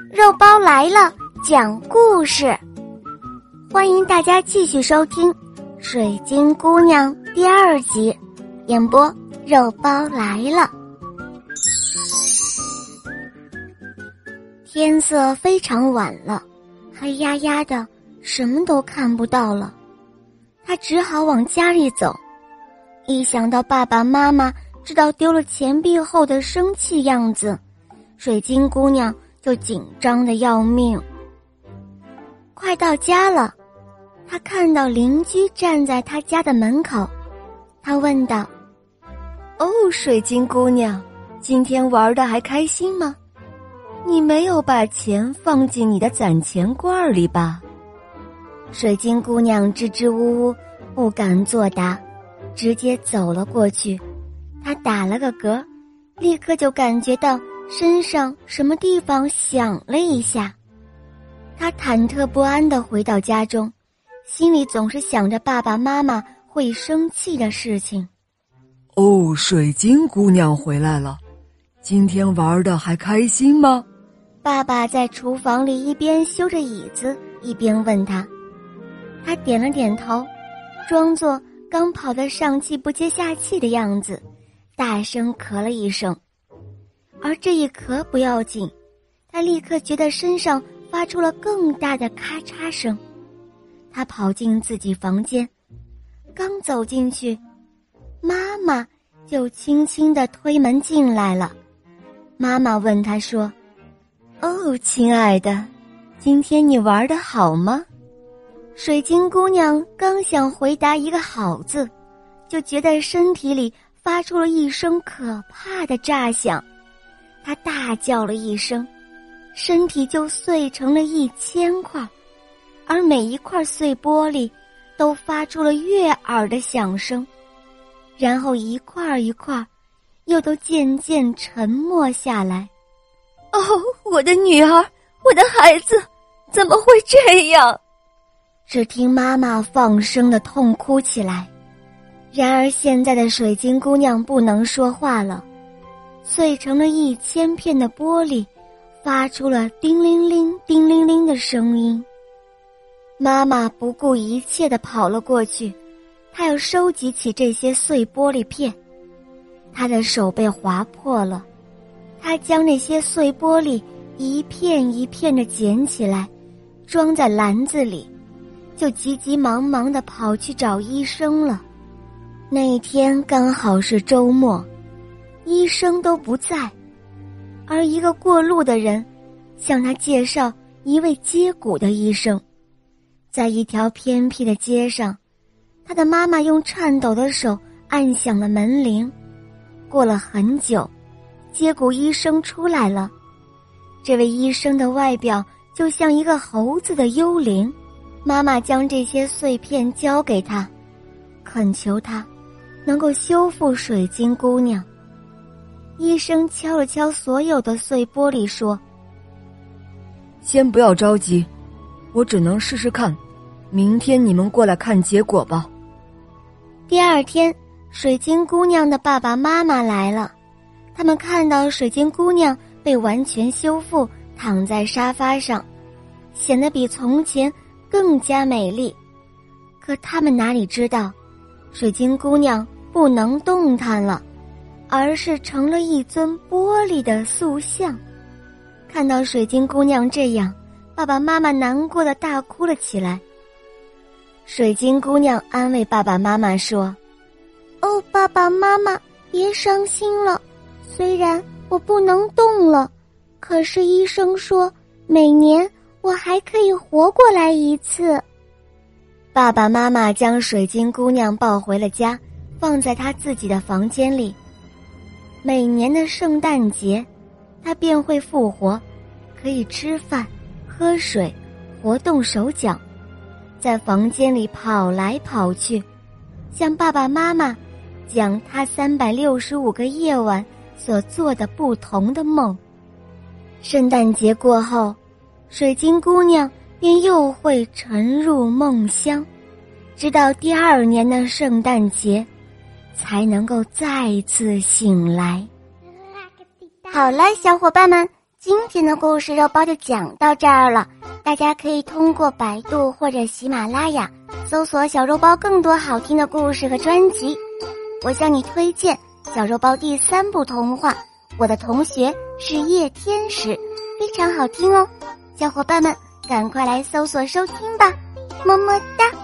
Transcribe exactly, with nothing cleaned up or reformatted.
肉包来了，讲故事。欢迎大家继续收听《水晶姑娘》第二集，演播肉包来了。天色非常晚了，黑压压的，什么都看不到了。她只好往家里走。一想到爸爸妈妈知道丢了钱币后的生气样子，水晶姑娘就紧张得要命。快到家了，她看到邻居站在她家的门口，她问道： 哦，水晶姑娘，今天玩得还开心吗？你没有把钱放进你的攒钱罐里吧？ 水晶姑娘支支吾吾，不敢作答，直接走了过去。她打了个嗝，立刻就感觉到身上什么地方响了一下。她忐忑不安地回到家中，心里总是想着爸爸妈妈会生气的事情。 哦，水晶姑娘回来了，今天玩得还开心吗？ 爸爸在厨房里一边修着椅子，一边问他。他点了点头，装作刚跑得上气不接下气的样子，大声咳了一声。而这一咳不要紧，他立刻觉得身上发出了更大的咔嚓声。他跑进自己房间，刚走进去，妈妈就轻轻地推门进来了。妈妈问他说： 哦，亲爱的，今天你玩得好吗？ 水晶姑娘刚想回答一个好字，就觉得身体里发出了一声可怕的炸响。她大叫了一声，身体就碎成了一千块，而每一块碎玻璃都发出了悦耳的响声，然后一块一块又都渐渐沉默下来。 哦，我的女儿，我的孩子，怎么会这样？ 只听妈妈放声地痛哭起来。然而现在的水晶姑娘不能说话了，碎成了一千片的玻璃发出了叮铃铃叮铃铃的声音。妈妈不顾一切地跑了过去，她要收集起这些碎玻璃片。她的手被划破了，她将那些碎玻璃一片一片地捡起来，装在篮子里，就急急忙忙地跑去找医生了。那一天刚好是周末，医生都不在，而一个过路的人向他介绍一位接骨的医生。在一条偏僻的街上，他的妈妈用颤抖的手按响了门铃。过了很久，接骨医生出来了。这位医生的外表就像一个猴子的幽灵。妈妈将这些碎片交给他，恳求他能够修复水晶姑娘。医生敲了敲所有的碎玻璃说： 先不要着急，我只能试试看，明天你们过来看结果吧。 第二天，水晶姑娘的爸爸妈妈来了，他们看到水晶姑娘被完全修复，躺在沙发上，显得比从前更加美丽。可他们哪里知道，水晶姑娘不能动弹了，而是成了一尊玻璃的塑像。看到水晶姑娘这样，爸爸妈妈难过的大哭了起来。水晶姑娘安慰爸爸妈妈说：哦，爸爸妈妈，别伤心了，虽然我不能动了，可是医生说每年我还可以活过来一次。爸爸妈妈将水晶姑娘抱回了家，放在她自己的房间里。每年的圣诞节，她便会复活，可以吃饭、喝水、活动手脚，在房间里跑来跑去，向爸爸妈妈讲她三百六十五个夜晚所做的不同的梦。圣诞节过后，水晶姑娘便又会沉入梦乡，直到第二年的圣诞节才能够再次醒来。好了，小伙伴们， 今天的故事肉包就讲到这儿了，大家可以通过百度或者喜马拉雅搜索小肉包更多好听的故事和专辑。我向你推荐小肉包第三部童话《我的同学是夜天使》，非常好听哦，小伙伴们赶快来搜索收听吧，么么哒。